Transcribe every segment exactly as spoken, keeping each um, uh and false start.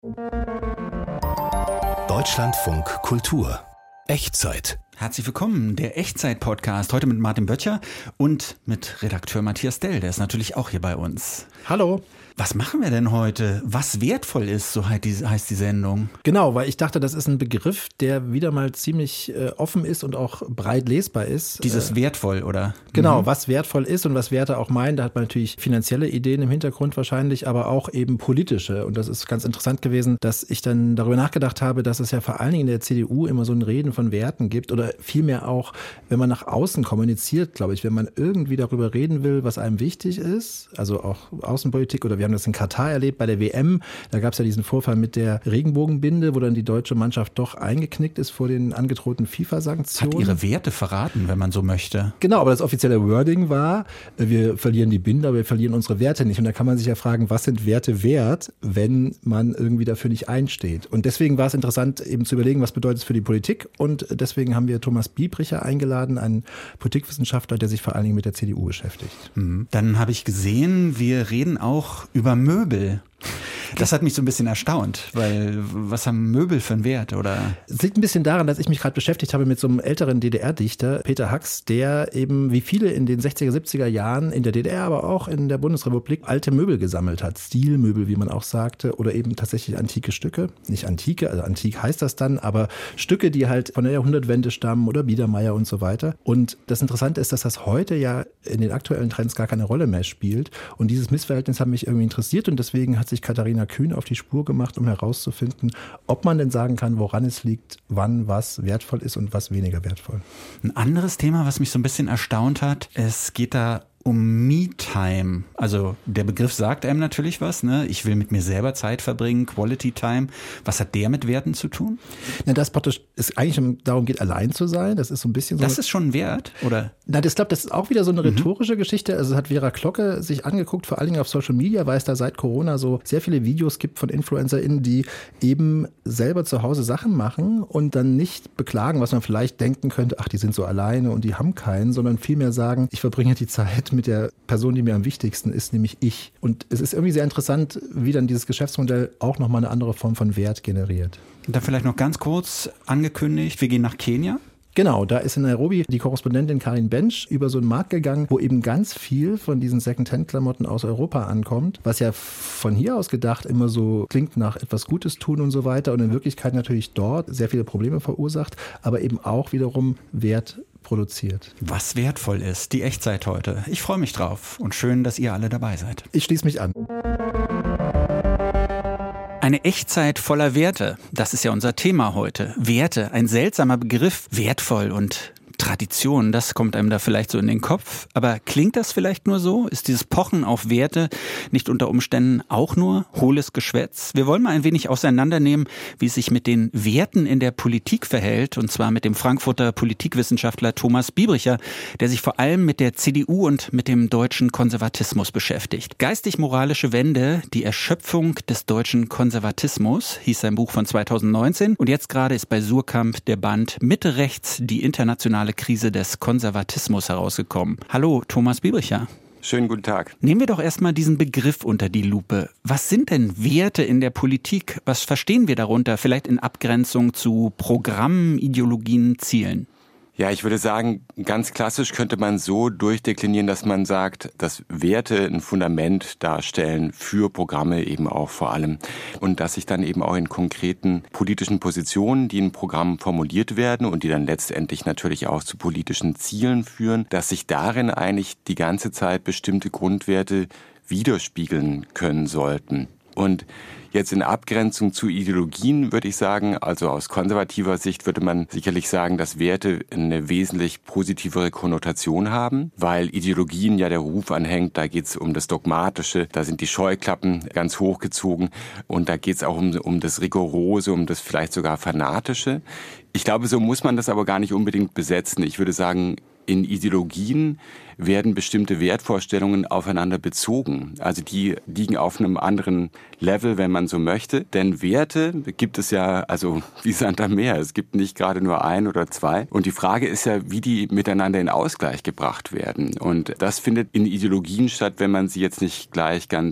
Deutschlandfunk Kultur. Echtzeit. Herzlich willkommen, der Echtzeit-Podcast. Heute mit Martin Böttcher und mit Redakteur Matthias Dell. Der ist natürlich auch hier bei uns. Hallo. Was machen wir denn heute? Was wertvoll ist, so heißt die Sendung. Genau, weil ich dachte, das ist ein Begriff, der wieder mal ziemlich äh, offen ist und auch breit lesbar ist. Dieses äh, wertvoll, oder? Genau, mhm. was wertvoll ist und was Werte auch meinen. Da hat man natürlich finanzielle Ideen im Hintergrund wahrscheinlich, aber auch eben politische. Und das ist ganz interessant gewesen, dass ich dann darüber nachgedacht habe, dass es ja vor allen Dingen in der C D U immer so ein Reden von Werten gibt oder vielmehr auch, wenn man nach außen kommuniziert, glaube ich, wenn man irgendwie darüber reden will, was einem wichtig ist, also auch Außenpolitik oder wir Wir haben das in Katar erlebt bei der W M. Da gab es ja diesen Vorfall mit der Regenbogenbinde, wo dann die deutsche Mannschaft doch eingeknickt ist vor den angedrohten FIFA-Sanktionen. Hat ihre Werte verraten, wenn man so möchte. Genau, aber das offizielle Wording war, wir verlieren die Binde, aber wir verlieren unsere Werte nicht. Und da kann man sich ja fragen, was sind Werte wert, wenn man irgendwie dafür nicht einsteht? Und deswegen war es interessant, eben zu überlegen, was bedeutet es für die Politik. Und deswegen haben wir Thomas Biebricher eingeladen, einen Politikwissenschaftler, der sich vor allen Dingen mit der C D U beschäftigt. Mhm. Dann habe ich gesehen, wir reden auch über Möbel. Das hat mich so ein bisschen erstaunt, weil was haben Möbel für einen Wert, oder? Es liegt ein bisschen daran, dass ich mich gerade beschäftigt habe mit so einem älteren D D R-Dichter, Peter Hacks, der eben wie viele in den sechziger, siebziger Jahren in der D D R, aber auch in der Bundesrepublik alte Möbel gesammelt hat. Stilmöbel, wie man auch sagte, oder eben tatsächlich antike Stücke. Nicht antike, also antik heißt das dann, aber Stücke, die halt von der Jahrhundertwende stammen oder Biedermeier und so weiter. Und das Interessante ist, dass das heute ja in den aktuellen Trends gar keine Rolle mehr spielt. Und dieses Missverhältnis hat mich irgendwie interessiert und deswegen hat sich Katharina Kühn auf die Spur gemacht, um herauszufinden, ob man denn sagen kann, woran es liegt, wann was wertvoll ist und was weniger wertvoll. Ein anderes Thema, was mich so ein bisschen erstaunt hat, es geht da um Me-Time. Also der Begriff sagt einem natürlich was, ne? Ich will mit mir selber Zeit verbringen, Quality Time. Was hat der mit Werten zu tun? Na, das praktisch es eigentlich darum geht, allein zu sein. Das ist so ein bisschen so. Das ist schon ein Wert, oder? Na, das glaube, das ist auch wieder so eine rhetorische mhm. Geschichte. Also hat Vera Klocke sich angeguckt, vor allen Dingen auf Social Media, weil es da seit Corona so sehr viele Videos gibt von InfluencerInnen, die eben selber zu Hause Sachen machen und dann nicht beklagen, was man vielleicht denken könnte, ach, die sind so alleine und die haben keinen, sondern vielmehr sagen, ich verbringe die Zeit mit der Person, die mir am wichtigsten ist, nämlich ich. Und es ist irgendwie sehr interessant, wie dann dieses Geschäftsmodell auch nochmal eine andere Form von Wert generiert. Und dann vielleicht noch ganz kurz angekündigt, wir gehen nach Kenia. Genau, da ist in Nairobi die Korrespondentin Karin Bench über so einen Markt gegangen, wo eben ganz viel von diesen Second-Hand-Klamotten aus Europa ankommt, was ja von hier aus gedacht immer so klingt nach etwas Gutes tun und so weiter und in Wirklichkeit natürlich dort sehr viele Probleme verursacht, aber eben auch wiederum Wert produziert. Was wertvoll ist, die Echtzeit heute. Ich freue mich drauf und schön, dass ihr alle dabei seid. Ich schließe mich an. Eine Echtzeit voller Werte, das ist ja unser Thema heute. Werte, ein seltsamer Begriff, wertvoll und Tradition, das kommt einem da vielleicht so in den Kopf. Aber klingt das vielleicht nur so? Ist dieses Pochen auf Werte nicht unter Umständen auch nur hohles Geschwätz? Wir wollen mal ein wenig auseinandernehmen, wie es sich mit den Werten in der Politik verhält. Und zwar mit dem Frankfurter Politikwissenschaftler Thomas Biebricher, der sich vor allem mit der C D U und mit dem deutschen Konservatismus beschäftigt. Geistig-moralische Wende, die Erschöpfung des deutschen Konservatismus, hieß sein Buch von zweitausendneunzehn. Und jetzt gerade ist bei Suhrkamp der Band Mitte rechts, die internationale Krise des Konservatismus herausgekommen. Hallo, Thomas Biebricher. Schönen guten Tag. Nehmen wir doch erstmal diesen Begriff unter die Lupe. Was sind denn Werte in der Politik? Was verstehen wir darunter? Vielleicht in Abgrenzung zu Programmen, Ideologien, Zielen? Ja, ich würde sagen, ganz klassisch könnte man so durchdeklinieren, dass man sagt, dass Werte ein Fundament darstellen für Programme eben auch vor allem. Und dass sich dann eben auch in konkreten politischen Positionen, die in Programmen formuliert werden und die dann letztendlich natürlich auch zu politischen Zielen führen, dass sich darin eigentlich die ganze Zeit bestimmte Grundwerte widerspiegeln können sollten. Und jetzt in Abgrenzung zu Ideologien würde ich sagen, also aus konservativer Sicht würde man sicherlich sagen, dass Werte eine wesentlich positivere Konnotation haben, weil Ideologien ja der Ruf anhängt, da geht es um das Dogmatische, da sind die Scheuklappen ganz hochgezogen und da geht es auch um, um das Rigorose, um das vielleicht sogar Fanatische. Ich glaube, so muss man das aber gar nicht unbedingt besetzen. Ich würde sagen, in Ideologien werden bestimmte Wertvorstellungen aufeinander bezogen. Also die liegen auf einem anderen Level, wenn man so möchte. Denn Werte gibt es ja, also wie Sand am Meer. Es gibt nicht gerade nur ein oder zwei. Und die Frage ist ja, wie die miteinander in Ausgleich gebracht werden. Und das findet in Ideologien statt, wenn man sie jetzt nicht gleich ganz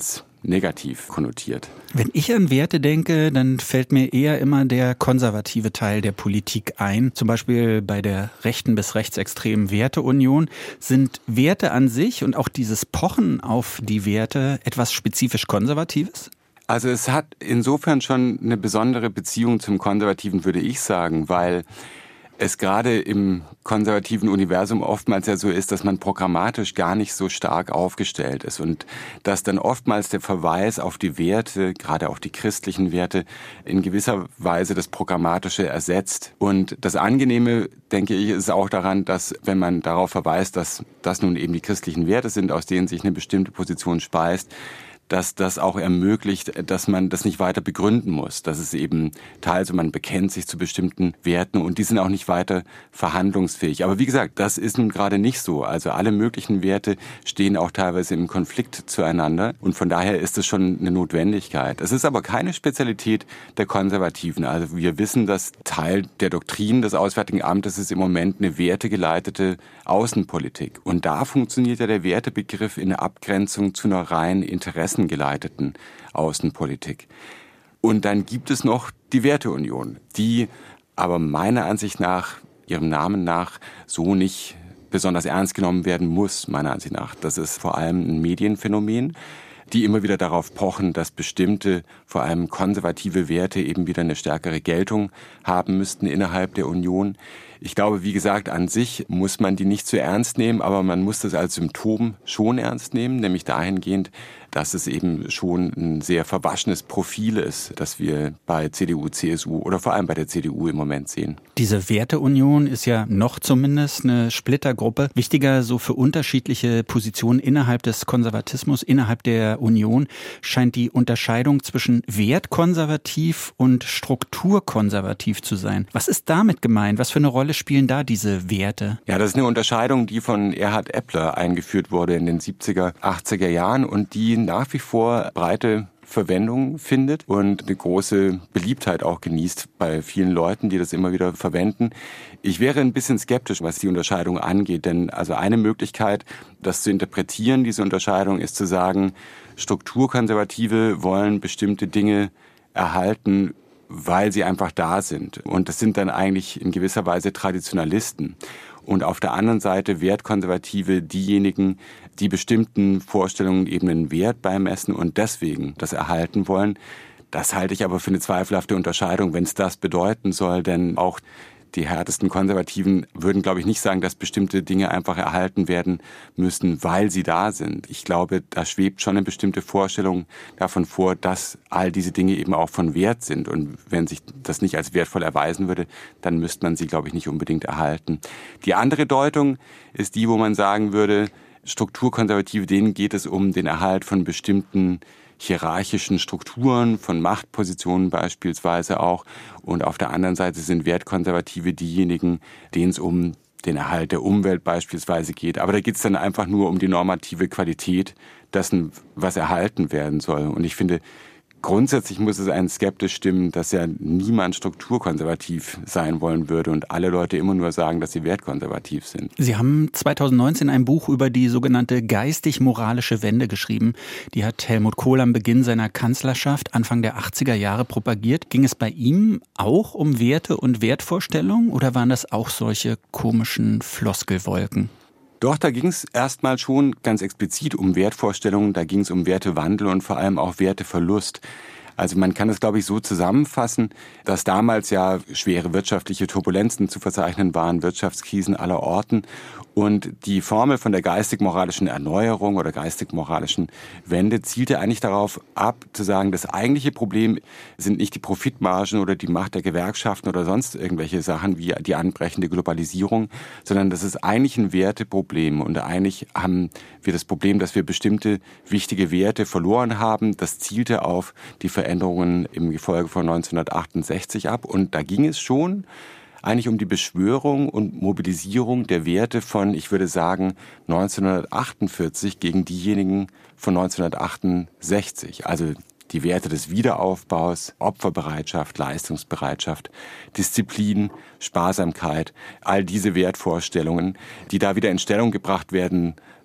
negativ konnotiert. Wenn ich an Werte denke, dann fällt mir eher immer der konservative Teil der Politik ein. Zum Beispiel bei der rechten bis rechtsextremen Werteunion. Sind Werte an sich und auch dieses Pochen auf die Werte etwas spezifisch Konservatives? Also es hat insofern schon eine besondere Beziehung zum Konservativen, würde ich sagen, weil es gerade im konservativen Universum oftmals ja so ist, dass man programmatisch gar nicht so stark aufgestellt ist und dass dann oftmals der Verweis auf die Werte, gerade auf die christlichen Werte, in gewisser Weise das Programmatische ersetzt. Und das Angenehme, denke ich, ist auch daran, dass wenn man darauf verweist, dass das nun eben die christlichen Werte sind, aus denen sich eine bestimmte Position speist, dass das auch ermöglicht, dass man das nicht weiter begründen muss. Dass es eben teils, man bekennt sich zu bestimmten Werten und die sind auch nicht weiter verhandlungsfähig. Aber wie gesagt, das ist nun gerade nicht so. Also alle möglichen Werte stehen auch teilweise im Konflikt zueinander und von daher ist es schon eine Notwendigkeit. Es ist aber keine Spezialität der Konservativen. Also wir wissen, dass Teil der Doktrin des Auswärtigen Amtes ist im Moment eine wertegeleitete Außenpolitik. Und da funktioniert ja der Wertebegriff in der Abgrenzung zu einer rein Interessen geleiteten Außenpolitik. Und dann gibt es noch die Werteunion, die aber meiner Ansicht nach, ihrem Namen nach, so nicht besonders ernst genommen werden muss, meiner Ansicht nach. Das ist vor allem ein Medienphänomen, die immer wieder darauf pochen, dass bestimmte, vor allem konservative Werte eben wieder eine stärkere Geltung haben müssten innerhalb der Union. Ich glaube, wie gesagt, an sich muss man die nicht zu ernst nehmen, aber man muss das als Symptom schon ernst nehmen, nämlich dahingehend, dass es eben schon ein sehr verwaschenes Profil ist, das wir bei C D U, C S U oder vor allem bei der C D U im Moment sehen. Diese Werteunion ist ja noch zumindest eine Splittergruppe. Wichtiger so für unterschiedliche Positionen innerhalb des Konservatismus, innerhalb der Union, scheint die Unterscheidung zwischen wertkonservativ und strukturkonservativ zu sein. Was ist damit gemeint? Was für eine Rolle spielen da diese Werte? Ja, das ist eine Unterscheidung, die von Erhard Eppler eingeführt wurde in den siebziger, achtziger Jahren und die nach wie vor breite Verwendung findet und eine große Beliebtheit auch genießt bei vielen Leuten, die das immer wieder verwenden. Ich wäre ein bisschen skeptisch, was die Unterscheidung angeht, denn also eine Möglichkeit, das zu interpretieren, diese Unterscheidung, ist zu sagen, Strukturkonservative wollen bestimmte Dinge erhalten, weil sie einfach da sind. Und das sind dann eigentlich in gewisser Weise Traditionalisten. Und auf der anderen Seite Wertkonservative diejenigen, die bestimmten Vorstellungen eben einen Wert beimessen und deswegen das erhalten wollen. Das halte ich aber für eine zweifelhafte Unterscheidung, wenn es das bedeuten soll, denn auch die härtesten Konservativen würden, glaube ich, nicht sagen, dass bestimmte Dinge einfach erhalten werden müssen, weil sie da sind. Ich glaube, da schwebt schon eine bestimmte Vorstellung davon vor, dass all diese Dinge eben auch von Wert sind. Und wenn sich das nicht als wertvoll erweisen würde, dann müsste man sie, glaube ich, nicht unbedingt erhalten. Die andere Deutung ist die, wo man sagen würde, Strukturkonservative, denen geht es um den Erhalt von bestimmten hierarchischen Strukturen, von Machtpositionen beispielsweise auch. Und auf der anderen Seite sind Wertkonservative diejenigen, denen es um den Erhalt der Umwelt beispielsweise geht. Aber da geht es dann einfach nur um die normative Qualität dessen, was erhalten werden soll. Und ich finde, grundsätzlich muss es einen skeptisch stimmen, dass ja niemand strukturkonservativ sein wollen würde und alle Leute immer nur sagen, dass sie wertkonservativ sind. Sie haben zweitausendneunzehn ein Buch über die sogenannte geistig-moralische Wende geschrieben. Die hat Helmut Kohl am Beginn seiner Kanzlerschaft Anfang der achtziger Jahre propagiert. Ging es bei ihm auch um Werte und Wertvorstellungen oder waren das auch solche komischen Floskelwolken? Doch, da ging es erstmal schon ganz explizit um Wertvorstellungen, da ging es um Wertewandel und vor allem auch Werteverlust. Also man kann es, glaube ich, so zusammenfassen, dass damals ja schwere wirtschaftliche Turbulenzen zu verzeichnen waren, Wirtschaftskrisen aller Orten. Und die Formel von der geistig-moralischen Erneuerung oder geistig-moralischen Wende zielte eigentlich darauf ab, zu sagen, das eigentliche Problem sind nicht die Profitmargen oder die Macht der Gewerkschaften oder sonst irgendwelche Sachen wie die anbrechende Globalisierung, sondern das ist eigentlich ein Werteproblem. Und eigentlich haben wir das Problem, dass wir bestimmte wichtige Werte verloren haben. Das zielte auf die Veränderungen im Gefolge von neunzehnhundertachtundsechzig ab. Und da ging es schon eigentlich um die Beschwörung und Mobilisierung der Werte von, ich würde sagen, neunzehnhundertachtundvierzig gegen diejenigen von neunzehnhundertachtundsechzig. Also die Werte des Wiederaufbaus, Opferbereitschaft, Leistungsbereitschaft, Disziplin, Sparsamkeit, all diese Wertvorstellungen, die da wieder in Stellung gebracht werden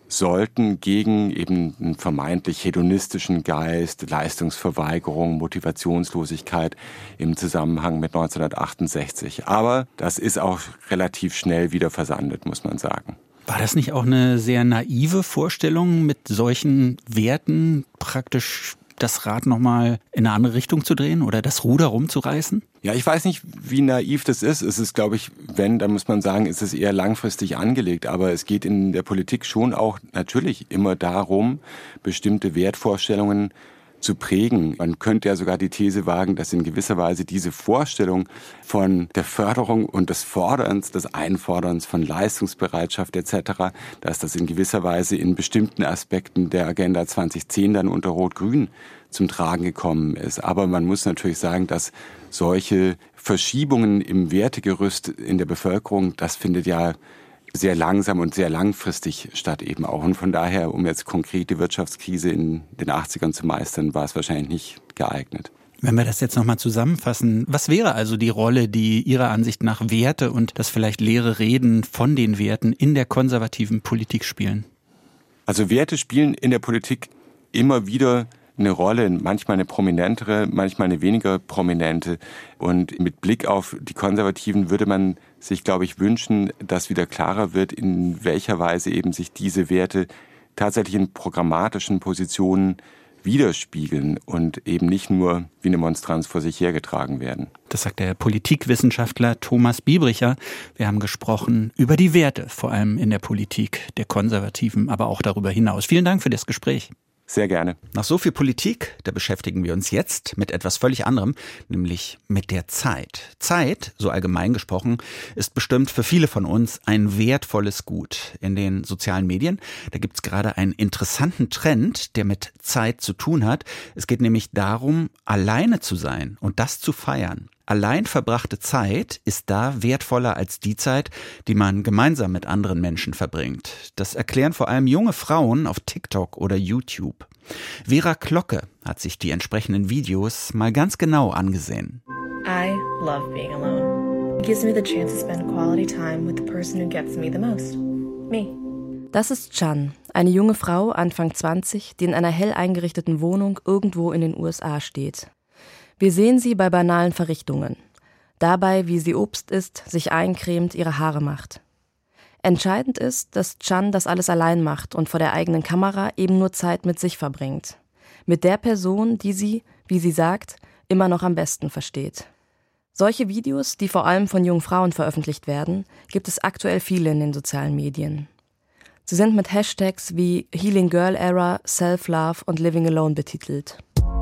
sollten gegen eben einen vermeintlich hedonistischen Geist, Leistungsverweigerung, Motivationslosigkeit im Zusammenhang mit neunzehnhundertachtundsechzig. Aber das ist auch relativ schnell wieder versandet, muss man sagen. War das nicht auch eine sehr naive Vorstellung, mit solchen Werten praktisch das Rad nochmal in eine andere Richtung zu drehen oder das Ruder rumzureißen? Ja, ich weiß nicht, wie naiv das ist. Es ist, glaube ich, wenn, dann muss man sagen, ist es eher langfristig angelegt. Aber es geht in der Politik schon auch natürlich immer darum, bestimmte Wertvorstellungen zu prägen. Man könnte ja sogar die These wagen, dass in gewisser Weise diese Vorstellung von der Förderung und des Forderns, des Einforderns von Leistungsbereitschaft et cetera, dass das in gewisser Weise in bestimmten Aspekten der Agenda zwanzig zehn dann unter Rot-Grün zum Tragen gekommen ist. Aber man muss natürlich sagen, dass solche Verschiebungen im Wertegerüst in der Bevölkerung, das findet ja sehr langsam und sehr langfristig statt eben auch. Und von daher, um jetzt konkret die Wirtschaftskrise in den achtzigern zu meistern, war es wahrscheinlich nicht geeignet. Wenn wir das jetzt nochmal zusammenfassen, was wäre also die Rolle, die Ihrer Ansicht nach Werte und das vielleicht leere Reden von den Werten in der konservativen Politik spielen? Also Werte spielen in der Politik immer wieder eine Rolle, manchmal eine prominentere, manchmal eine weniger prominente. Und mit Blick auf die Konservativen würde man sich, glaube ich, wünschen, dass wieder klarer wird, in welcher Weise eben sich diese Werte tatsächlich in programmatischen Positionen widerspiegeln und eben nicht nur wie eine Monstranz vor sich hergetragen werden. Das sagt der Politikwissenschaftler Thomas Biebricher. Wir haben gesprochen über die Werte, vor allem in der Politik der Konservativen, aber auch darüber hinaus. Vielen Dank für das Gespräch. Sehr gerne. Nach so viel Politik, da beschäftigen wir uns jetzt mit etwas völlig anderem, nämlich mit der Zeit. Zeit, so allgemein gesprochen, ist bestimmt für viele von uns ein wertvolles Gut. In den sozialen Medien, da gibt's gerade einen interessanten Trend, der mit Zeit zu tun hat. Es geht nämlich darum, alleine zu sein und das zu feiern. Allein verbrachte Zeit ist da wertvoller als die Zeit, die man gemeinsam mit anderen Menschen verbringt. Das erklären vor allem junge Frauen auf TikTok oder YouTube. Vera Klocke hat sich die entsprechenden Videos mal ganz genau angesehen. I love being alone. It gives me the chance to spend quality time with the person who gets me the most. Me. Das ist Chan, eine junge Frau, Anfang zwanzig, die in einer hell eingerichteten Wohnung irgendwo in den U S A steht. Wir sehen sie bei banalen Verrichtungen. Dabei, wie sie Obst isst, sich eincremt, ihre Haare macht. Entscheidend ist, dass Chan das alles allein macht und vor der eigenen Kamera eben nur Zeit mit sich verbringt. Mit der Person, die sie, wie sie sagt, immer noch am besten versteht. Solche Videos, die vor allem von jungen Frauen veröffentlicht werden, gibt es aktuell viele in den sozialen Medien. Sie sind mit Hashtags wie Healing Girl Era, Self-Love und Living Alone betitelt.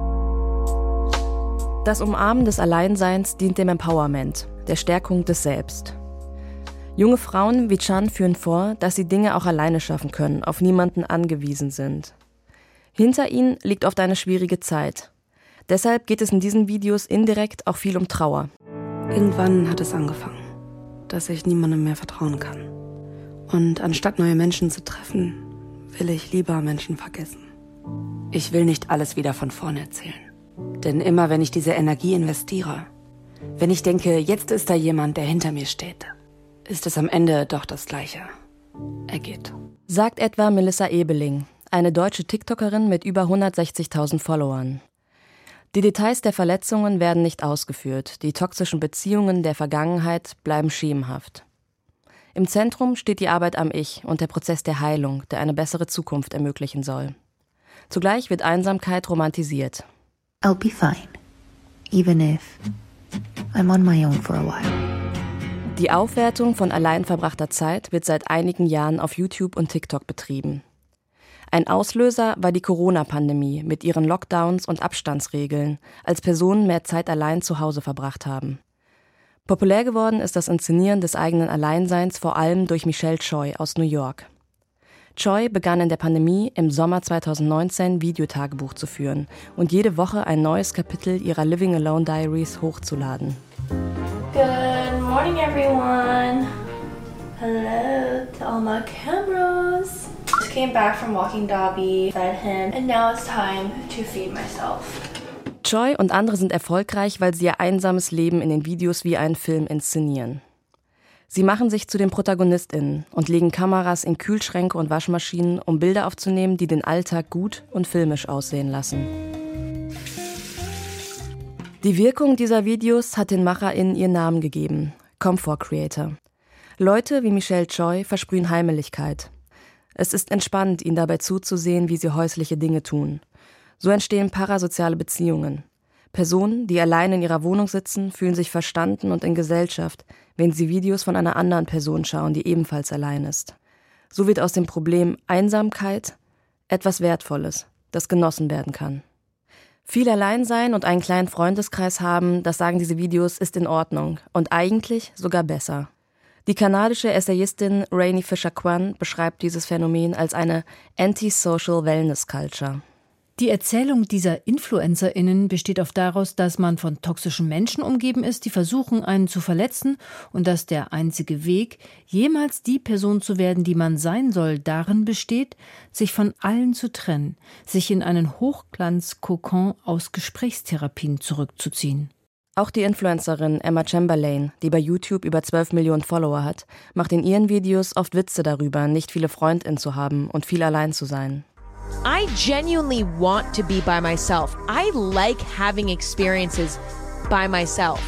Das Umarmen des Alleinseins dient dem Empowerment, der Stärkung des Selbst. Junge Frauen wie Chan führen vor, dass sie Dinge auch alleine schaffen können, auf niemanden angewiesen sind. Hinter ihnen liegt oft eine schwierige Zeit. Deshalb geht es in diesen Videos indirekt auch viel um Trauer. Irgendwann hat es angefangen, dass ich niemandem mehr vertrauen kann. Und anstatt neue Menschen zu treffen, will ich lieber Menschen vergessen. Ich will nicht alles wieder von vorne erzählen. Denn immer wenn ich diese Energie investiere, wenn ich denke, jetzt ist da jemand, der hinter mir steht, ist es am Ende doch das Gleiche. Er geht. Sagt etwa Melissa Ebeling, eine deutsche TikTokerin mit über hundertsechzigtausend Followern. Die Details der Verletzungen werden nicht ausgeführt, die toxischen Beziehungen der Vergangenheit bleiben schemenhaft. Im Zentrum steht die Arbeit am Ich und der Prozess der Heilung, der eine bessere Zukunft ermöglichen soll. Zugleich wird Einsamkeit romantisiert. I'll be fine, even if I'm on my own for a while. Die Aufwertung von allein verbrachter Zeit wird seit einigen Jahren auf YouTube und TikTok betrieben. Ein Auslöser war die Corona-Pandemie mit ihren Lockdowns und Abstandsregeln, als Personen mehr Zeit allein zu Hause verbracht haben. Populär geworden ist das Inszenieren des eigenen Alleinseins vor allem durch Michelle Choi aus New York. Choi begann in der Pandemie im Sommer zweitausendneunzehn Videotagebuch zu führen und jede Woche ein neues Kapitel ihrer Living Alone Diaries hochzuladen. Good morning, everyone. Hello to all my cameras. Just came back from walking Dobby, fed him, and now it's time to feed myself. Choi und andere sind erfolgreich, weil sie ihr einsames Leben in den Videos wie einen Film inszenieren. Sie machen sich zu den ProtagonistInnen und legen Kameras in Kühlschränke und Waschmaschinen, um Bilder aufzunehmen, die den Alltag gut und filmisch aussehen lassen. Die Wirkung dieser Videos hat den MacherInnen ihren Namen gegeben: Comfort Creator. Leute wie Michelle Choi versprühen Heimeligkeit. Es ist entspannend, ihnen dabei zuzusehen, wie sie häusliche Dinge tun. So entstehen parasoziale Beziehungen. Personen, die allein in ihrer Wohnung sitzen, fühlen sich verstanden und in Gesellschaft, wenn sie Videos von einer anderen Person schauen, die ebenfalls allein ist. So wird aus dem Problem Einsamkeit etwas Wertvolles, das genossen werden kann. Viel Alleinsein und einen kleinen Freundeskreis haben, das sagen diese Videos, ist in Ordnung und eigentlich sogar besser. Die kanadische Essayistin Rainey Fisher-Kwan beschreibt dieses Phänomen als eine Anti-Social Wellness Culture. Die Erzählung dieser InfluencerInnen besteht oft daraus, dass man von toxischen Menschen umgeben ist, die versuchen, einen zu verletzen und dass der einzige Weg, jemals die Person zu werden, die man sein soll, darin besteht, sich von allen zu trennen, sich in einen Hochglanz-Kokon aus Gesprächstherapien zurückzuziehen. Auch die Influencerin Emma Chamberlain, die bei YouTube über zwölf Millionen Follower hat, macht in ihren Videos oft Witze darüber, nicht viele FreundInnen zu haben und viel allein zu sein. I genuinely want to be by myself. I like having experiences by myself.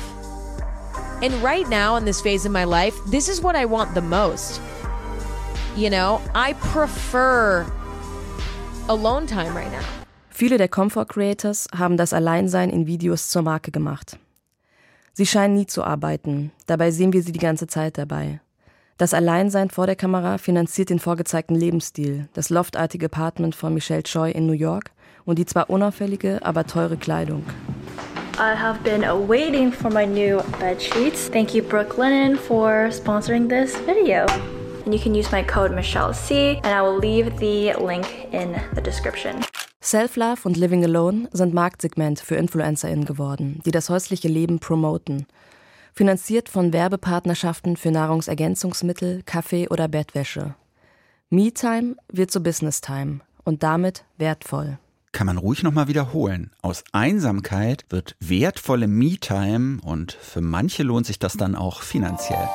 And right now in this phase of my life, this is what I want the most. You know, I prefer alone time right now. Viele der Comfort Creators haben das Alleinsein in Videos zur Marke gemacht. Sie scheinen nie zu arbeiten, dabei sehen wir sie die ganze Zeit dabei. Das Alleinsein vor der Kamera finanziert den vorgezeigten Lebensstil, das loftartige Apartment von Michelle Choi in New York und die zwar unauffällige, aber teure Kleidung. I have been waiting for my new bed sheets. Thank you, Brooklinen, for sponsoring this video. And you can use my code Michelle C, and I will leave the link in the description. Self-Love und Living Alone sind Marktsegmente für InfluencerInnen geworden, die das häusliche Leben promoten. Finanziert von Werbepartnerschaften für Nahrungsergänzungsmittel, Kaffee oder Bettwäsche. Me-Time wird zu Business-Time und damit wertvoll. Kann man ruhig nochmal wiederholen. Aus Einsamkeit wird wertvolle Me-Time und für manche lohnt sich das dann auch finanziell.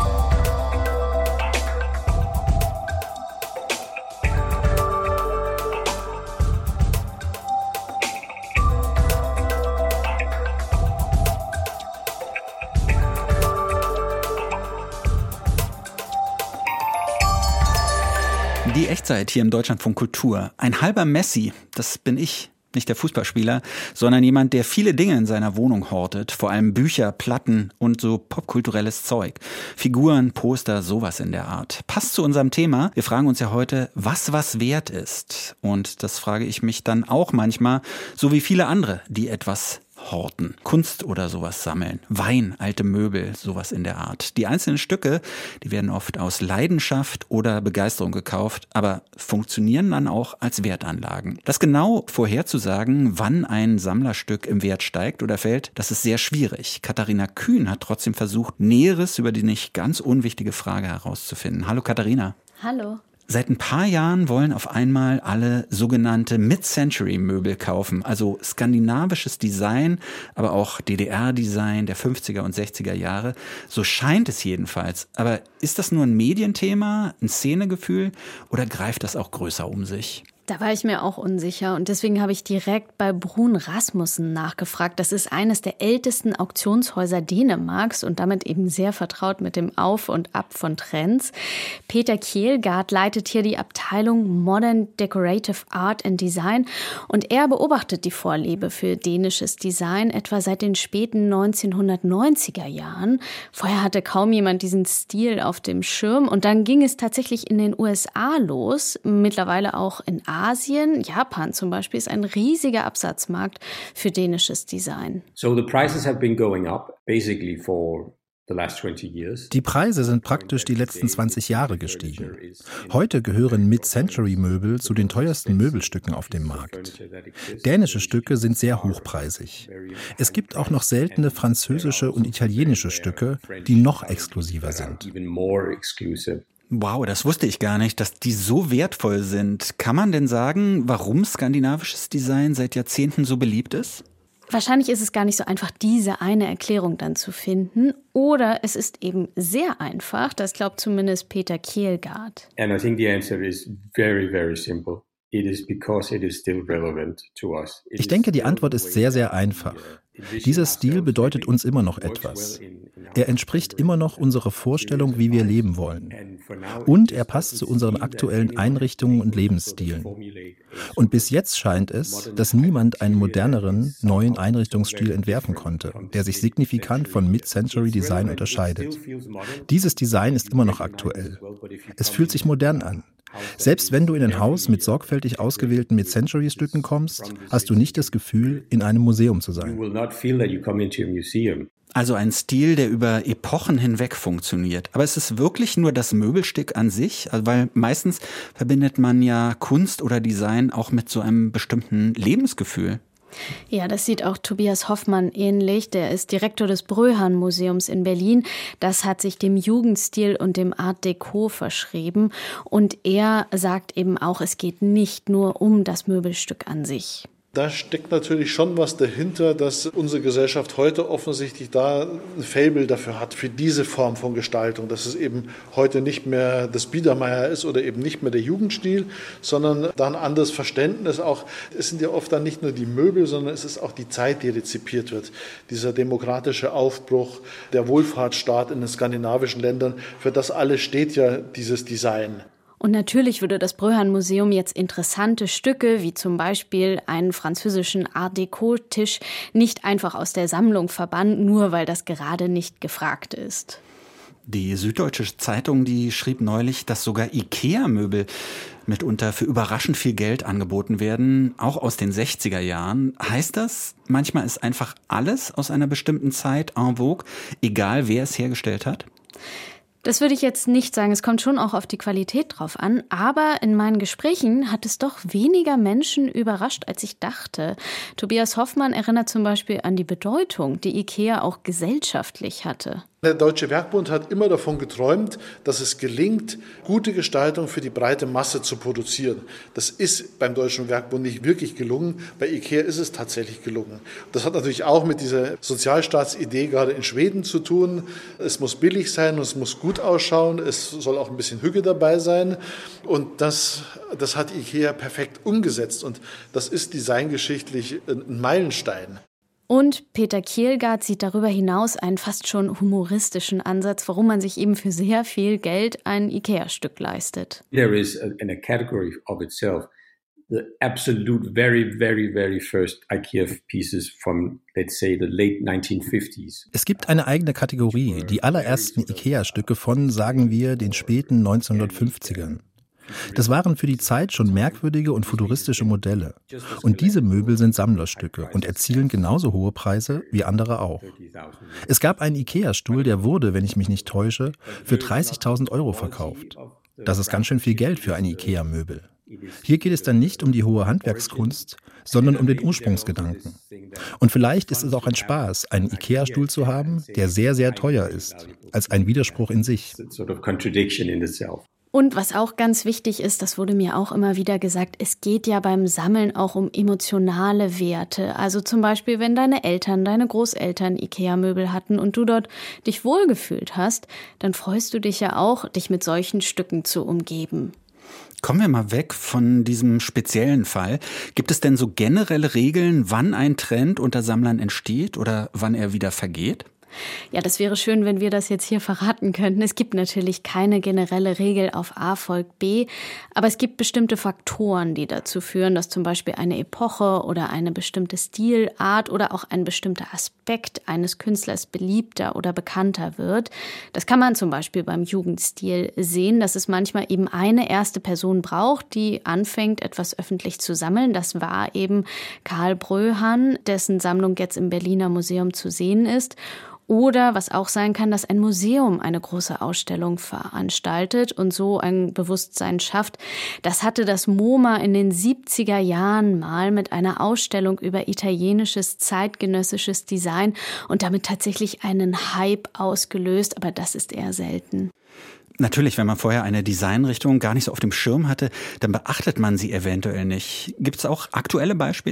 Die Echtzeit hier im Deutschlandfunk Kultur. Ein halber Messi, das bin ich, nicht der Fußballspieler, sondern jemand, der viele Dinge in seiner Wohnung hortet. Vor allem Bücher, Platten und so popkulturelles Zeug. Figuren, Poster, sowas in der Art. Passt zu unserem Thema. Wir fragen uns ja heute, was was wert ist. Und das frage ich mich dann auch manchmal, so wie viele andere, die etwas horten, Kunst oder sowas sammeln, Wein, alte Möbel, sowas in der Art. Die einzelnen Stücke, die werden oft aus Leidenschaft oder Begeisterung gekauft, aber funktionieren dann auch als Wertanlagen. Das genau vorherzusagen, wann ein Sammlerstück im Wert steigt oder fällt, das ist sehr schwierig. Katharina Kühn hat trotzdem versucht, Näheres über die nicht ganz unwichtige Frage herauszufinden. Hallo Katharina. Hallo. Seit ein paar Jahren wollen auf einmal alle sogenannte Mid-Century-Möbel kaufen, also skandinavisches Design, aber auch D D R-Design der fünfziger und sechziger Jahre. So scheint es jedenfalls. Aber ist das nur ein Medienthema, ein Szenegefühl oder greift das auch größer um sich? Da war ich mir auch unsicher und deswegen habe ich direkt bei Brun Rasmussen nachgefragt. Das ist eines der ältesten Auktionshäuser Dänemarks und damit eben sehr vertraut mit dem Auf und Ab von Trends. Peter Kjeldgaard leitet hier die Abteilung Modern Decorative Art and Design und er beobachtet die Vorliebe für dänisches Design etwa seit den späten neunzehnhundertneunziger Jahren. Vorher hatte kaum jemand diesen Stil auf dem Schirm und dann ging es tatsächlich in den U S A los, mittlerweile auch in Asien, Japan zum Beispiel, ist ein riesiger Absatzmarkt für dänisches Design. So the prices have been going up basically for the last twenty years. Die Preise sind praktisch die letzten zwanzig Jahre gestiegen. Heute gehören Mid-Century-Möbel zu den teuersten Möbelstücken auf dem Markt. Dänische Stücke sind sehr hochpreisig. Es gibt auch noch seltene französische und italienische Stücke, die noch exklusiver sind. Wow, das wusste ich gar nicht, dass die so wertvoll sind. Kann man denn sagen, warum skandinavisches Design seit Jahrzehnten so beliebt ist? Wahrscheinlich ist es gar nicht so einfach, diese eine Erklärung dann zu finden. Oder es ist eben sehr einfach, das glaubt zumindest Peter Kjelgaard. And I think the answer is very, very simple. It is because it is still relevant to us. Ich denke, die Antwort ist sehr, sehr einfach. Dieser Stil bedeutet uns immer noch etwas. Er entspricht immer noch unserer Vorstellung, wie wir leben wollen. Und er passt zu unseren aktuellen Einrichtungen und Lebensstilen. Und bis jetzt scheint es, dass niemand einen moderneren, neuen Einrichtungsstil entwerfen konnte, der sich signifikant von Mid-Century-Design unterscheidet. Dieses Design ist immer noch aktuell. Es fühlt sich modern an. Selbst wenn du in ein Haus mit sorgfältig ausgewählten Mid-Century-Stücken kommst, hast du nicht das Gefühl, in einem Museum zu sein. Also ein Stil, der über Epochen hinweg funktioniert. Aber ist es wirklich nur das Möbelstück an sich? Also weil meistens verbindet man ja Kunst oder Design auch mit so einem bestimmten Lebensgefühl. Ja, das sieht auch Tobias Hoffmann ähnlich. Der ist Direktor des Bröhan-Museums in Berlin. Das hat sich dem Jugendstil und dem Art Deco verschrieben. Und er sagt eben auch, es geht nicht nur um das Möbelstück an sich. Da steckt natürlich schon was dahinter, dass unsere Gesellschaft heute offensichtlich da ein Faible dafür hat, für diese Form von Gestaltung, dass es eben heute nicht mehr das Biedermeier ist oder eben nicht mehr der Jugendstil, sondern da ein anderes Verständnis auch. Es sind ja oft dann nicht nur die Möbel, sondern es ist auch die Zeit, die rezipiert wird. Dieser demokratische Aufbruch, der Wohlfahrtsstaat in den skandinavischen Ländern, für das alles steht ja dieses Design. Und natürlich würde das Bröhan-Museum jetzt interessante Stücke, wie zum Beispiel einen französischen Art-Deco-Tisch, nicht einfach aus der Sammlung verbannen, nur weil das gerade nicht gefragt ist. Die Süddeutsche Zeitung, die schrieb neulich, dass sogar IKEA-Möbel mitunter für überraschend viel Geld angeboten werden, auch aus den sechziger Jahren. Heißt das, manchmal ist einfach alles aus einer bestimmten Zeit en vogue, egal wer es hergestellt hat? Das würde ich jetzt nicht sagen. Es kommt schon auch auf die Qualität drauf an. Aber in meinen Gesprächen hat es doch weniger Menschen überrascht, als ich dachte. Tobias Hoffmann erinnert zum Beispiel an die Bedeutung, die IKEA auch gesellschaftlich hatte. Der Deutsche Werkbund hat immer davon geträumt, dass es gelingt, gute Gestaltung für die breite Masse zu produzieren. Das ist beim Deutschen Werkbund nicht wirklich gelungen. Bei IKEA ist es tatsächlich gelungen. Das hat natürlich auch mit dieser Sozialstaatsidee gerade in Schweden zu tun. Es muss billig sein und es muss gut ausschauen. Es soll auch ein bisschen Hüge dabei sein. Und das, das hat IKEA perfekt umgesetzt. Und das ist designgeschichtlich ein Meilenstein. Und Peter Kjelgaard sieht darüber hinaus einen fast schon humoristischen Ansatz, warum man sich eben für sehr viel Geld ein IKEA-Stück leistet. There is a, in a category of itself the absolute very, very, very first IKEA pieces from, let's say, the late nineteen fifties. Es gibt eine eigene Kategorie, die allerersten IKEA-Stücke von, sagen wir, den späten neunzehnhundertfünfzigern. Das waren für die Zeit schon merkwürdige und futuristische Modelle. Und diese Möbel sind Sammlerstücke und erzielen genauso hohe Preise wie andere auch. Es gab einen IKEA-Stuhl, der wurde, wenn ich mich nicht täusche, für dreißigtausend Euro verkauft. Das ist ganz schön viel Geld für ein IKEA-Möbel. Hier geht es dann nicht um die hohe Handwerkskunst, sondern um den Ursprungsgedanken. Und vielleicht ist es auch ein Spaß, einen IKEA-Stuhl zu haben, der sehr, sehr teuer ist, als ein Widerspruch in sich. Und was auch ganz wichtig ist, das wurde mir auch immer wieder gesagt, es geht ja beim Sammeln auch um emotionale Werte. Also zum Beispiel, wenn deine Eltern, deine Großeltern IKEA-Möbel hatten und du dort dich wohlgefühlt hast, dann freust du dich ja auch, dich mit solchen Stücken zu umgeben. Kommen wir mal weg von diesem speziellen Fall. Gibt es denn so generelle Regeln, wann ein Trend unter Sammlern entsteht oder wann er wieder vergeht? Ja, das wäre schön, wenn wir das jetzt hier verraten könnten. Es gibt natürlich keine generelle Regel auf A folgt B, aber es gibt bestimmte Faktoren, die dazu führen, dass zum Beispiel eine Epoche oder eine bestimmte Stilart oder auch ein bestimmter Aspekt eines Künstlers beliebter oder bekannter wird. Das kann man zum Beispiel beim Jugendstil sehen, dass es manchmal eben eine erste Person braucht, die anfängt, etwas öffentlich zu sammeln. Das war eben Karl Bröhan, dessen Sammlung jetzt im Berliner Museum zu sehen ist. Oder was auch sein kann, dass ein Museum eine große Ausstellung veranstaltet und so ein Bewusstsein schafft. Das hatte das MoMA in den siebziger Jahren mal mit einer Ausstellung über italienisches zeitgenössisches Design und damit tatsächlich einen Hype ausgelöst, aber das ist eher selten. Natürlich, wenn man vorher eine Designrichtung gar nicht so auf dem Schirm hatte, dann beachtet man sie eventuell nicht. Gibt es auch aktuelle Beispiele?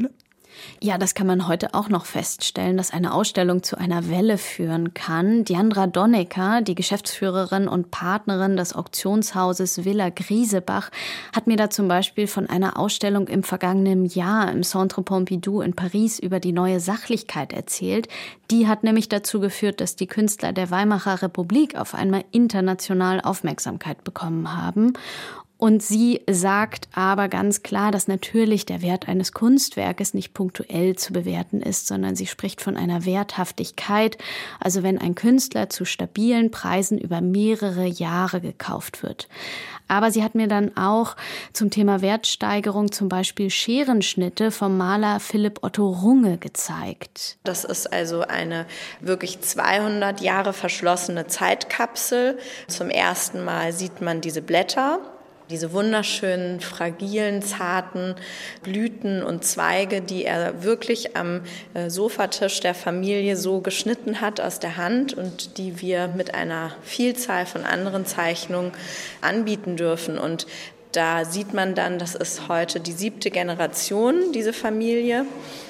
Ja, das kann man heute auch noch feststellen, dass eine Ausstellung zu einer Welle führen kann. Diandra Donnecker, die Geschäftsführerin und Partnerin des Auktionshauses Villa Griesebach, hat mir da zum Beispiel von einer Ausstellung im vergangenen Jahr im Centre Pompidou in Paris über die neue Sachlichkeit erzählt. Die hat nämlich dazu geführt, dass die Künstler der Weimarer Republik auf einmal international Aufmerksamkeit bekommen haben. Und sie sagt aber ganz klar, dass natürlich der Wert eines Kunstwerkes nicht punktuell zu bewerten ist, sondern sie spricht von einer Werthaftigkeit. Also wenn ein Künstler zu stabilen Preisen über mehrere Jahre gekauft wird. Aber sie hat mir dann auch zum Thema Wertsteigerung zum Beispiel Scherenschnitte vom Maler Philipp Otto Runge gezeigt. Das ist also eine wirklich zweihundert Jahre verschlossene Zeitkapsel. Zum ersten Mal sieht man diese Blätter. Diese wunderschönen, fragilen, zarten Blüten und Zweige, die er wirklich am Sofatisch der Familie so geschnitten hat aus der Hand und die wir mit einer Vielzahl von anderen Zeichnungen anbieten dürfen. Und da sieht man dann, das ist heute die siebte Generation, diese Familie,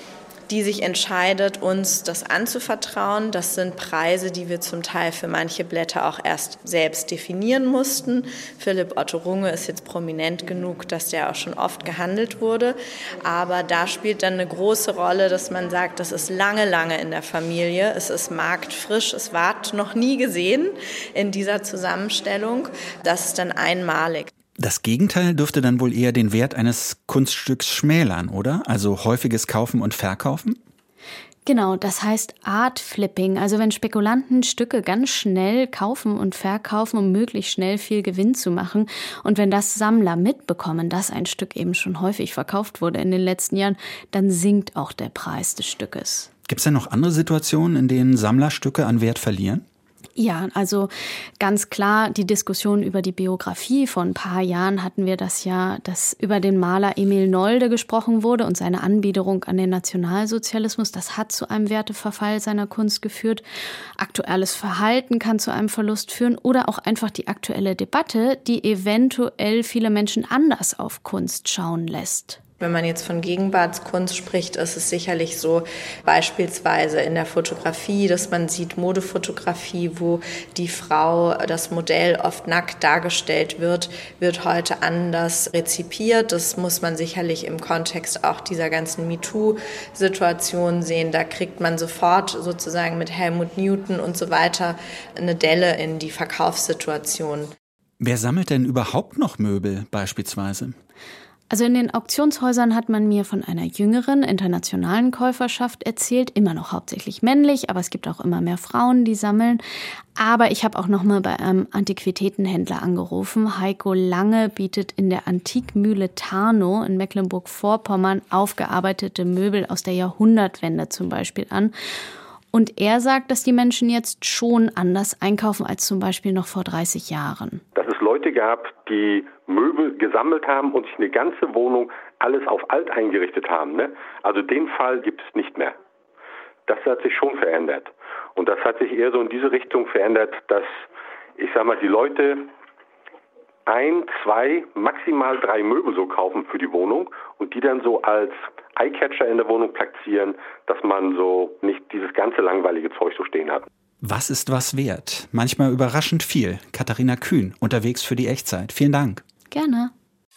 die sich entscheidet, uns das anzuvertrauen. Das sind Preise, die wir zum Teil für manche Blätter auch erst selbst definieren mussten. Philipp Otto Runge ist jetzt prominent genug, dass der auch schon oft gehandelt wurde. Aber da spielt dann eine große Rolle, dass man sagt, das ist lange, lange in der Familie. Es ist marktfrisch, es war noch nie gesehen in dieser Zusammenstellung. Das ist dann einmalig. Das Gegenteil dürfte dann wohl eher den Wert eines Kunststücks schmälern, oder? Also häufiges Kaufen und Verkaufen? Genau, das heißt Art Flipping. Also wenn Spekulanten Stücke ganz schnell kaufen und verkaufen, um möglichst schnell viel Gewinn zu machen. Und wenn das Sammler mitbekommen, dass ein Stück eben schon häufig verkauft wurde in den letzten Jahren, dann sinkt auch der Preis des Stückes. Gibt es denn noch andere Situationen, in denen Sammler Stücke an Wert verlieren? Ja, also ganz klar die Diskussion über die Biografie. Vor ein paar Jahren hatten wir das ja, dass über den Maler Emil Nolde gesprochen wurde und seine Anbiederung an den Nationalsozialismus. Das hat zu einem Werteverfall seiner Kunst geführt. Aktuelles Verhalten kann zu einem Verlust führen oder auch einfach die aktuelle Debatte, die eventuell viele Menschen anders auf Kunst schauen lässt. Wenn man jetzt von Gegenwartskunst spricht, ist es sicherlich so, beispielsweise in der Fotografie, dass man sieht Modefotografie, wo die Frau, das Modell oft nackt dargestellt wird, wird heute anders rezipiert. Das muss man sicherlich im Kontext auch dieser ganzen MeToo-Situation sehen. Da kriegt man sofort sozusagen mit Helmut Newton und so weiter eine Delle in die Verkaufssituation. Wer sammelt denn überhaupt noch Möbel beispielsweise? Also in den Auktionshäusern hat man mir von einer jüngeren internationalen Käuferschaft erzählt, immer noch hauptsächlich männlich, aber es gibt auch immer mehr Frauen, die sammeln. Aber ich habe auch noch mal bei einem Antiquitätenhändler angerufen. Heiko Lange bietet in der Antikmühle Tarnow in Mecklenburg-Vorpommern aufgearbeitete Möbel aus der Jahrhundertwende zum Beispiel an. Und er sagt, dass die Menschen jetzt schon anders einkaufen als zum Beispiel noch vor dreißig Jahren. Dass es Leute gab, die Möbel gesammelt haben und sich eine ganze Wohnung alles auf alt eingerichtet haben. Ne? Also den Fall gibt es nicht mehr. Das hat sich schon verändert. Und das hat sich eher so in diese Richtung verändert, dass, ich sag mal, die Leute ein, zwei, maximal drei Möbel so kaufen für die Wohnung und die dann so als Eyecatcher in der Wohnung platzieren, dass man so nicht dieses ganze langweilige Zeug so stehen hat. Was ist was wert? Manchmal überraschend viel. Katharina Kühn, unterwegs für die Echtzeit. Vielen Dank. Gerne.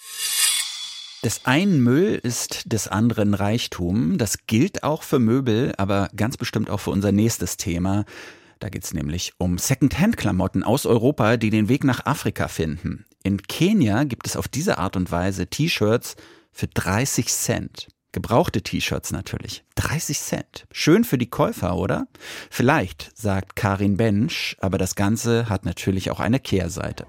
Des einen Müll ist des anderen Reichtum. Das gilt auch für Möbel, aber ganz bestimmt auch für unser nächstes Thema. Da geht es nämlich um Secondhand-Klamotten aus Europa, die den Weg nach Afrika finden. In Kenia gibt es auf diese Art und Weise T-Shirts für dreißig Cent. Gebrauchte T-Shirts natürlich. dreißig Cent. Schön für die Käufer, oder? Vielleicht, sagt Karin Bensch, aber das Ganze hat natürlich auch eine Kehrseite.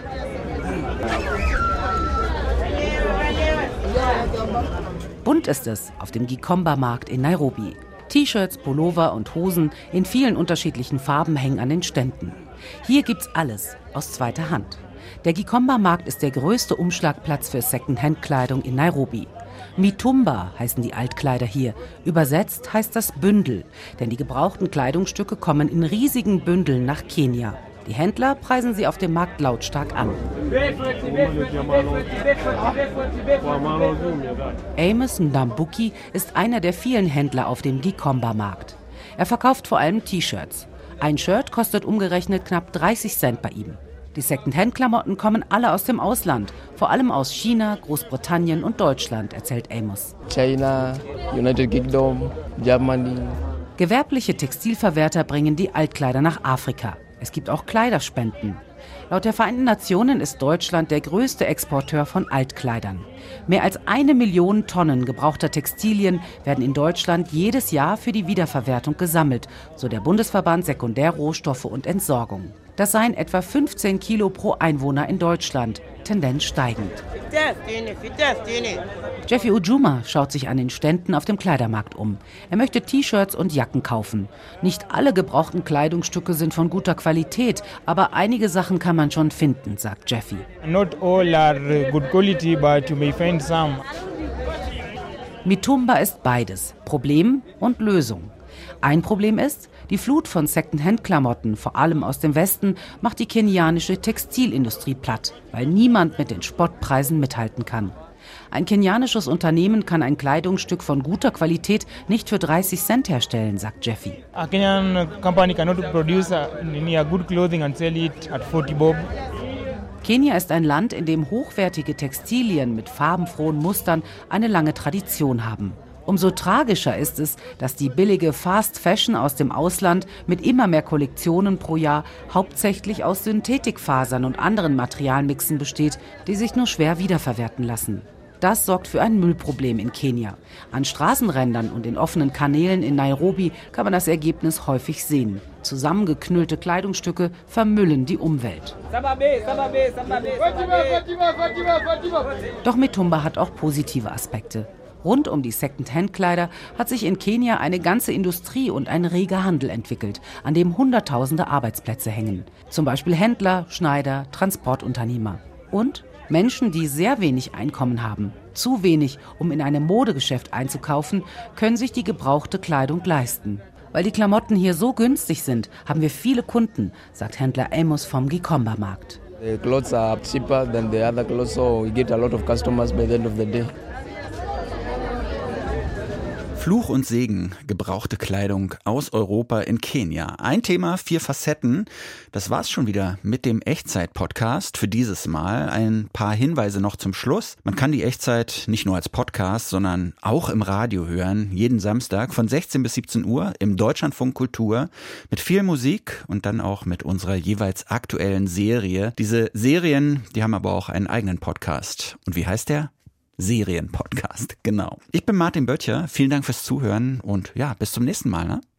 Bunt ist es auf dem Gikomba-Markt in Nairobi. T-Shirts, Pullover und Hosen in vielen unterschiedlichen Farben hängen an den Ständen. Hier gibt's alles aus zweiter Hand. Der Gikomba-Markt ist der größte Umschlagplatz für Secondhand-Kleidung in Nairobi. Mitumba heißen die Altkleider hier. Übersetzt heißt das Bündel, denn die gebrauchten Kleidungsstücke kommen in riesigen Bündeln nach Kenia. Die Händler preisen sie auf dem Markt lautstark an. Amos Ndambuki ist einer der vielen Händler auf dem Gikomba-Markt. Er verkauft vor allem T-Shirts. Ein Shirt kostet umgerechnet knapp dreißig Cent bei ihm. Die Second-Hand-Klamotten kommen alle aus dem Ausland, vor allem aus China, Großbritannien und Deutschland, erzählt Amos. China, United Kingdom, Germany. Gewerbliche Textilverwerter bringen die Altkleider nach Afrika. Es gibt auch Kleiderspenden. Laut der Vereinten Nationen ist Deutschland der größte Exporteur von Altkleidern. Mehr als eine Million Tonnen gebrauchter Textilien werden in Deutschland jedes Jahr für die Wiederverwertung gesammelt, so der Bundesverband Sekundärrohstoffe und Entsorgung. Das seien etwa fünfzehn Kilo pro Einwohner in Deutschland, Tendenz steigend. Jeffy Ujuma schaut sich an den Ständen auf dem Kleidermarkt um. Er möchte T-Shirts und Jacken kaufen. Nicht alle gebrauchten Kleidungsstücke sind von guter Qualität, aber einige Sachen kann man schon finden, sagt Jeffy. Not all are good quality, but you may find some. Mitumba ist beides, Problem und Lösung. Ein Problem ist, die Flut von Second-Hand-Klamotten, vor allem aus dem Westen, macht die kenianische Textilindustrie platt, weil niemand mit den Spottpreisen mithalten kann. Ein kenianisches Unternehmen kann ein Kleidungsstück von guter Qualität nicht für dreißig Cent herstellen, sagt Jeffy. A Kenyan company cannot produce any good clothing and sell it at forty bob. Kenia ist ein Land, in dem hochwertige Textilien mit farbenfrohen Mustern eine lange Tradition haben. Umso tragischer ist es, dass die billige Fast Fashion aus dem Ausland mit immer mehr Kollektionen pro Jahr hauptsächlich aus Synthetikfasern und anderen Materialmixen besteht, die sich nur schwer wiederverwerten lassen. Das sorgt für ein Müllproblem in Kenia. An Straßenrändern und in offenen Kanälen in Nairobi kann man das Ergebnis häufig sehen. Zusammengeknüllte Kleidungsstücke vermüllen die Umwelt. Doch Mitumba hat auch positive Aspekte. Rund um die Second-Hand-Kleider hat sich in Kenia eine ganze Industrie und ein reger Handel entwickelt, an dem Hunderttausende Arbeitsplätze hängen. Zum Beispiel Händler, Schneider, Transportunternehmer. Und Menschen, die sehr wenig Einkommen haben, zu wenig, um in einem Modegeschäft einzukaufen, können sich die gebrauchte Kleidung leisten. Weil die Klamotten hier so günstig sind, haben wir viele Kunden, sagt Händler Amos vom Gikomba-Markt. The clothes are cheaper than the other clothes, so we get a lot of customers by the end of the day. Fluch und Segen, gebrauchte Kleidung aus Europa in Kenia. Ein Thema, vier Facetten. Das war's schon wieder mit dem Echtzeit-Podcast für dieses Mal. Ein paar Hinweise noch zum Schluss. Man kann die Echtzeit nicht nur als Podcast, sondern auch im Radio hören. Jeden Samstag von sechzehn bis siebzehn Uhr im Deutschlandfunk Kultur mit viel Musik und dann auch mit unserer jeweils aktuellen Serie. Diese Serien, die haben aber auch einen eigenen Podcast. Und wie heißt der? Serienpodcast, genau. Ich bin Martin Böttcher, vielen Dank fürs Zuhören und ja, bis zum nächsten Mal. Ne?